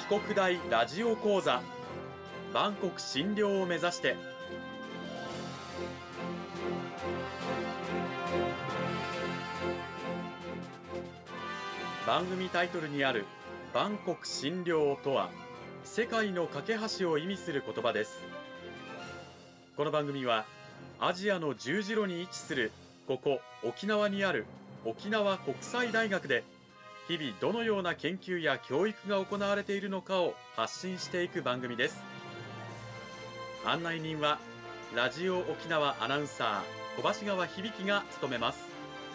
帰国大ラジオ講座万国診療を目指して。番組タイトルにある万国診療とは世界の架け橋を意味する言葉です。この番組はアジアの十字路に位置するここ沖縄にある沖縄国際大学で日々どのような研究や教育が行われているのかを発信していく番組です。案内人はラジオ沖縄アナウンサー小橋川響が務めます。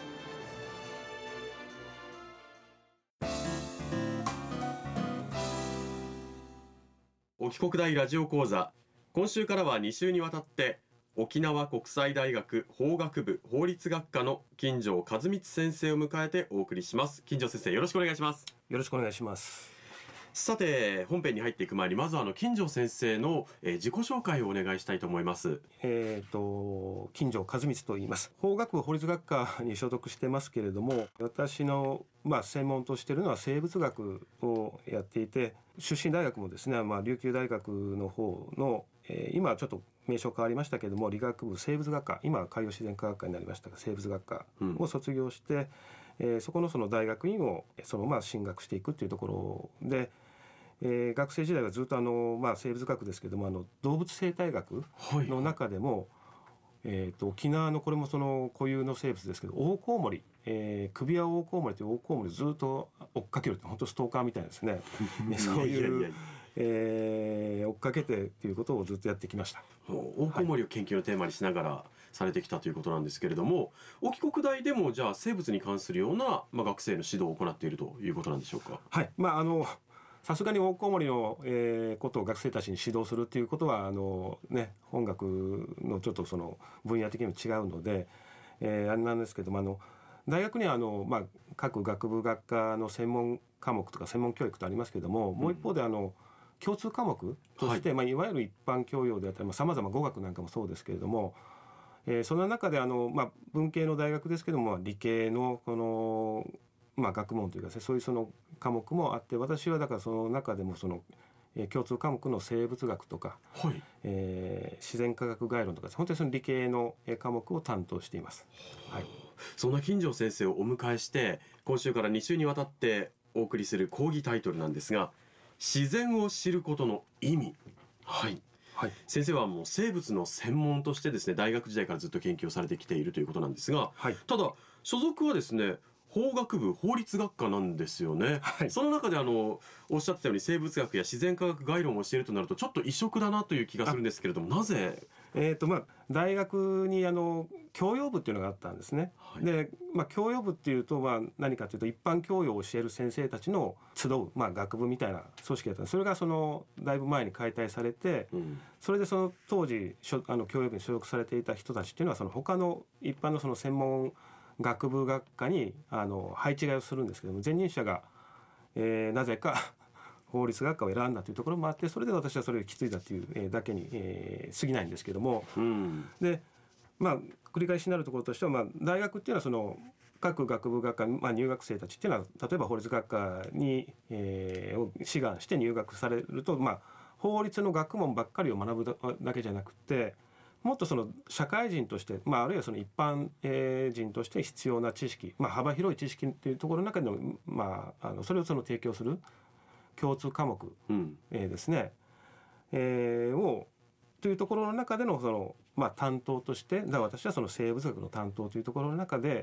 沖国大ラジオ講座、今週からは2週にわたって沖縄国際大学法学部法律学科の金城和光先生を迎えてお送りします。金城先生、よろしくお願いします。 よろしくお願いします。 さて、本編に入っていく前にまず金城先生の自己紹介をお願いしたいと思います。 金城和光と言います。法学部法律学科に所属してますけれども、私の専門としているのは生物学をやっていて、出身大学もですね、琉球大学の方の、今はちょっと名称変わりましたけれども、理学部生物学科、今は海洋自然科学科になりましたが生物学科を卒業して、そこの大学院を進学していくというところで、学生時代はずっと生物学ですけども、動物生態学の中でも、沖縄のこれも固有の生物ですけど、オオコウモリ、首輪オオコウモリというオオコウモリをずっと追っかけるって、本当ストーカーみたいですねそういう追っかけてっていうことをずっとやってきました。 オオコウモリを研究のテーマにしながらされてきたということなんですけれども、沖国大でもじゃあ生物に関するような、学生の指導を行っているということなんでしょうか。 はい、さすがにオオコウモリの、ことを学生たちに指導するということは本学のちょっと分野的にも違うので、あれなんですけども、大学には各学部学科の専門科目とか専門教育とありますけども、もう一方で共通科目として、いわゆる一般教養であったり、さまざま語学なんかもそうですけれども、その中で文系の大学ですけども、理系のこの学問というか、そういう科目もあって、私はだからその中でも共通科目の生物学とか、自然科学概論とか、本当に理系の科目を担当しています。はい、 そんな金城先生をお迎えして、今週から2週にわたってお送りする講義タイトルなんですが、自然を知ることの意味。先生はもう生物の専門としてですね、大学時代からずっと研究をされてきているということなんですが、ただ所属はですね、法学部法律学科なんですよね。その中でおっしゃってたように生物学や自然科学概論を教えるとなるとちょっと異色だなという気がするんですけれども、なぜ？ 大学に教養部っていうのがあったんですね。で、教養部っていうと何かというと、一般教養を教える先生たちの集う、学部みたいな組織だったんです。それがだいぶ前に解体されて、それで当時教養部に所属されていた人たちっていうのは他の一般の専門学部学科に配置換えをするんですけども、前任者が、なぜか法律学科を選んだというところもあって、それで私はそれを引き継いだというだけに、過ぎないんですけども、で繰り返しになるところとしては、大学っていうのは各学部学科、入学生たちっていうのは、例えば法律学科に、志願して入学されると、法律の学問ばっかりを学ぶだけじゃなくて、もっと社会人として、あるいは一般、人として必要な知識、幅広い知識というところの中での、それを提供する共通科目、ですね、をというところの中での担当として、私は生物学の担当というところの中で、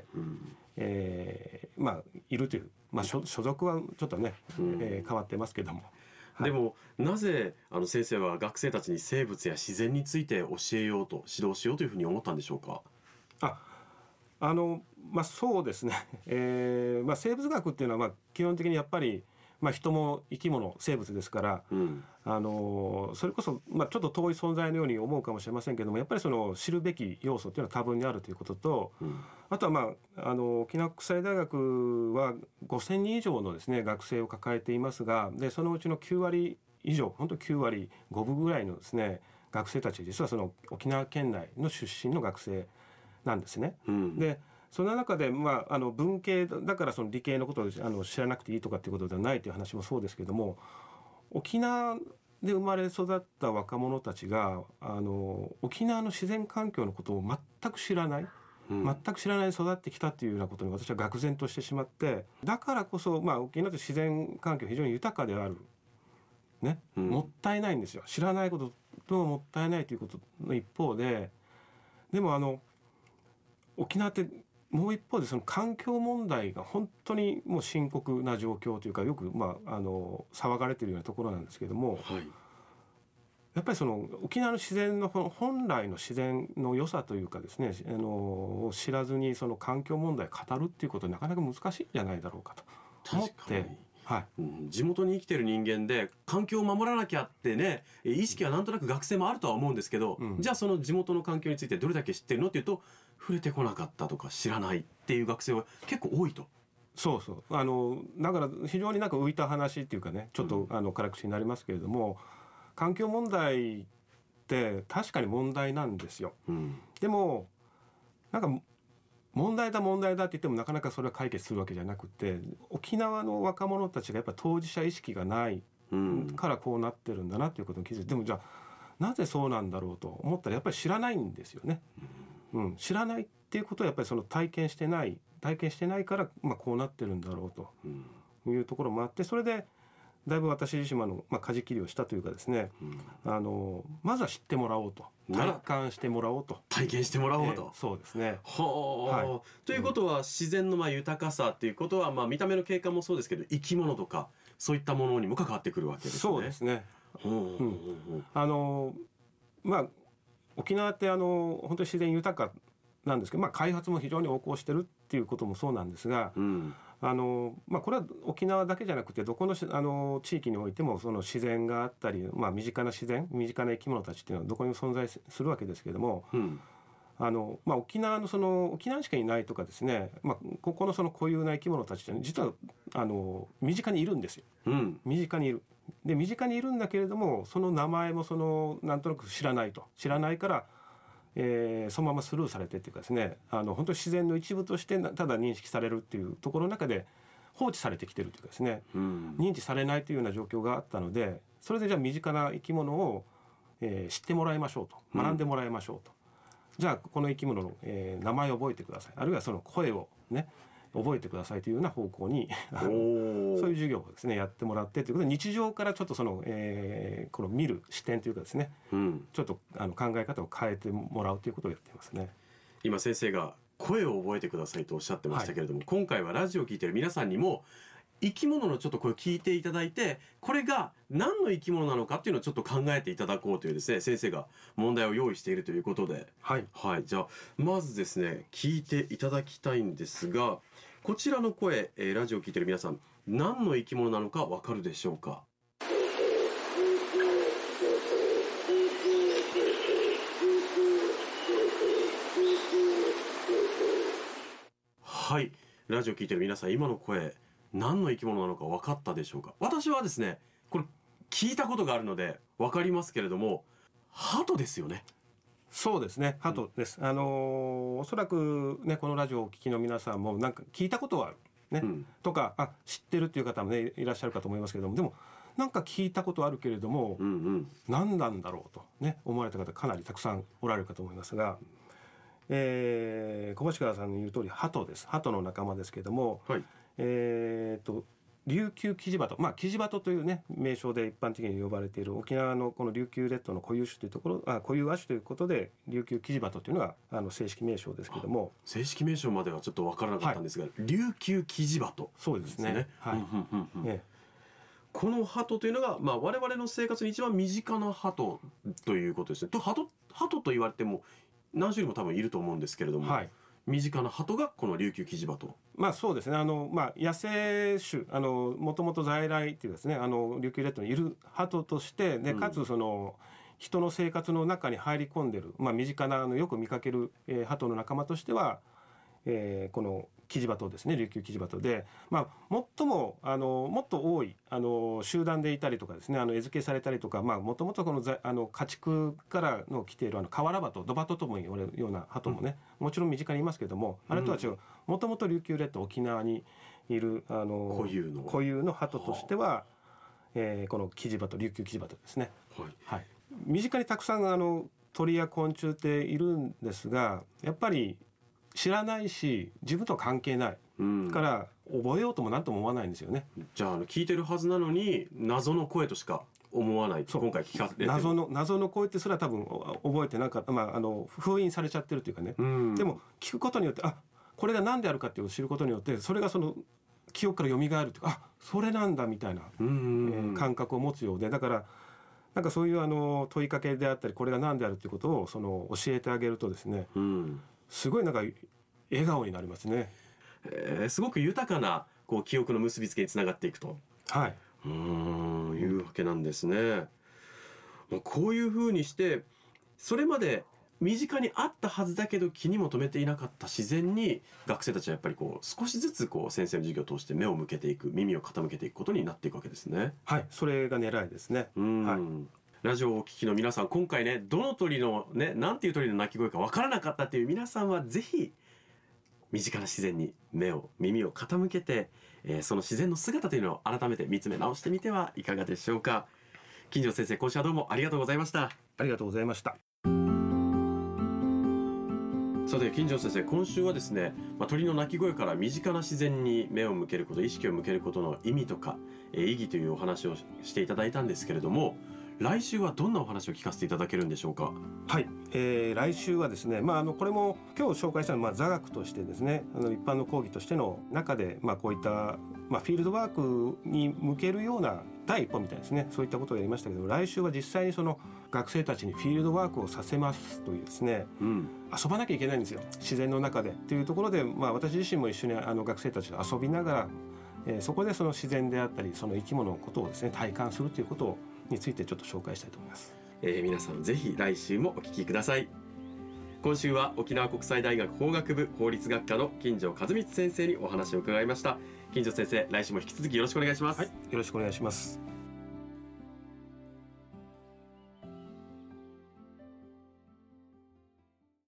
いるという、所属はちょっとね、変わってますけども。 でもなぜ先生は学生たちに生物や自然について教えようと指導しようというふうに思ったんでしょうか。 そうですね、生物学っていうのは基本的にやっぱり人も生き物生物ですから、それこそ、ちょっと遠い存在のように思うかもしれませんけども、やっぱり知るべき要素というのは多分にあるということと、あとは、沖縄国際大学は5000人以上のですね学生を抱えていますが、でそのうちの9割以上、本当9割5分ぐらいのですね学生たち、実は沖縄県内の出身の学生なんですね。でその中で、文系だから理系のことを知らなくていいとかっていうことではないという話もそうですけども、 沖縄で生まれ育った若者たちが沖縄の自然環境のことを全く知らない、全く知らないで育ってきたっていうようなことに私は愕然としてしまって、だからこそ、沖縄って自然環境非常に豊かである、ね、もったいないんですよ。知らないことともったいないということの一方で、でも沖縄ってもう一方でその環境問題が本当にもう深刻な状況というか、よく騒がれているようなところなんですけども、 はい、 やっぱりその沖縄の自然の本来の自然の良さというかですね、を知らずにその環境問題を語るっていうことはなかなか難しいんじゃないだろうかと思って、はい、 地元に生きてる人間で環境を守らなきゃってね、意識はなんとなく学生もあるとは思うんですけど、じゃあその地元の環境についてどれだけ知ってるのっていうと、触れてこなかったとか知らないっていう学生は結構多いと。 そうそう、だから非常になんか浮いた話っていうかね、ちょっと辛口になりますけれども、環境問題って確かに問題なんですよ、でもなんか問題だって言ってもなかなかそれは解決するわけじゃなくて、沖縄の若者たちがやっぱ当事者意識がないからこうなってるんだなということに気づいて、でもじゃあなぜそうなんだろうと思ったらやっぱり知らないんですよね、知らないっていうことはやっぱりその体験してないから、こうなってるんだろうというところもあって、それでだいぶ私自身も舵切りをしたというかですね、まずは知ってもらおうと、体感してもらおうと、 体験してもらおうと、 そうですね。 はい、ということは、自然の豊かさっていうことは、見た目の景観もそうですけど、生き物とかそういったものにも関わってくるわけですね。 そうですね。沖縄って本当に自然豊かなんですけど、開発も非常に横行してるっていうこともそうなんですが、これは沖縄だけじゃなくてどこの地域においてもその自然があったり、身近な自然、身近な生き物たちっていうのはどこにも存在するわけですけれども、沖縄の沖縄しかいないとかですね、ここのその固有な生き物たちって実は身近にいるんですよ、身近にいる。で身近にいるんだけれども、その名前もなんとなく知らないから、そのままスルーされてっていうかですね、本当に自然の一部としてただ認識されるっていうところの中で放置されてきてるというかですね、認知されないというような状況があったので、それでじゃあ身近な生き物を、知ってもらいましょうと、学んでもらいましょうと、じゃあこの生き物の、名前を覚えてください、あるいはその声をね覚えてくださいというような方向にそういう授業をですねやってもらってということで、日常からちょっとこの見る視点というかですね、ちょっと考え方を変えてもらうということをやっていますね。 今先生が声を覚えてくださいとおっしゃってましたけれども、今回はラジオを聞いている皆さんにも生き物のちょっと声を聞いていただいて、これが何の生き物なのかっていうのをちょっと考えていただこうというですね、先生が問題を用意しているということで、じゃあまずですね聞いていただきたいんですが、こちらの声、ラジオを聞いている皆さん、何の生き物なのかわかるでしょうか。はい、ラジオを聞いている皆さん、今の声何の生き物なのか分かったでしょうか。私はですねこれ聞いたことがあるので分かりますけれども、鳩ですよね。 そうですね、鳩です。おそらくねこのラジオをお聞きの皆さんもなんか聞いたことはあるね、とか知ってるっていう方もねいらっしゃるかと思いますけれども、でもなんか聞いたことあるけれども、何なんだろうとね思われた方かなりたくさんおられるかと思いますが、小橋川さんの言う通り鳩です。鳩の仲間ですけれども、琉球キジバト、キジバトというね名称で一般的に呼ばれている沖縄のこの琉球列島の固有種というところ、固有亜種ということで琉球キジバトというのが正式名称ですけれども、 正式名称まではちょっと分からなかったんですが、琉球キジバト、 そうですね。 この鳩というのが、我々の生活に一番身近な鳩ということですね。鳩と言われても何種類も多分いると思うんですけれども、身近な鳩がこの琉球キジバト。 そうですね。野生種、もともと在来っていうですね、琉球列島にいる鳩としてで、かつその人の生活の中に入り込んでる、身近なよく見かける、鳩の仲間としては、このキジバトですね、琉球キジバトで、最ももっと多い集団でいたりとかですね、餌付けされたりとか、もともとこの家畜からの来ている瓦鳩、ドバトとも言われるような鳩もね、もちろん身近にいますけれども、あれとは違う、もともと琉球列島沖縄にいる固有の鳩としては、 このキジバト、琉球キジバトですね、 はいはい、身近にたくさん鳥や昆虫っているんですが、やっぱり知らないし自分とは関係ない、から覚えようとも何とも思わないんですよね。 じゃあ聞いてるはずなのに謎の声としか思わない。今回聞かれて謎の声ってすら多分覚えてなかった、封印されちゃってるというかね、でも聞くことによってこれが何であるかっていうのを知ることによって、それがその記憶から蘇るというか、それなんだみたいな、感覚を持つようで、だからなんかそういう問いかけであったり、これが何であるっていうことを教えてあげるとですね、すごいなんか笑顔になりますね。 すごく豊かな記憶の結びつけにつながっていくと、 はい、 いうわけなんですね。こういうふうにしてそれまで身近にあったはずだけど気にも留めていなかった自然に、学生たちはやっぱり少しずつ先生の授業を通して目を向けていく、耳を傾けていくことになっていくわけですね。 はい、それが狙いですね。はい、 ラジオをお聞きの皆さん、今回ね、どの鳥のね、なんていう鳥の鳴き声かわからなかったっていう皆さんは、ぜひ身近な自然に耳を傾けて、その自然の姿というのを改めて見つめ直してみてはいかがでしょうか。金城先生、今週はどうもありがとうございました。 ありがとうございました。 さて金城先生、今週はですね、鳥の鳴き声から身近な自然に目を向けること、意識を向けることの意味とか、意義というお話をしていただいたんですけれども、来週はどんなお話を聞かせていただけるんでしょうか。 はい、来週はですね、これも今日紹介したのは座学としてですね、一般の講義としての中で、こういった、フィールドワークに向けるような第一歩みたいですね、そういったことをやりましたけど、来週は実際にその学生たちにフィールドワークをさせますというですね、遊ばなきゃいけないんですよ、自然の中でというところで、私自身も一緒に学生たちと遊びながら、そこでその自然であったりその生き物のことをですね体感するということについてちょっと紹介したいと思います。 皆さんぜひ来週もお聞きください。今週は沖縄国際大学法学部法律学科の金城和光先生にお話を伺いました。金城先生、来週も引き続きよろしくお願いします。 はい、よろしくお願いします。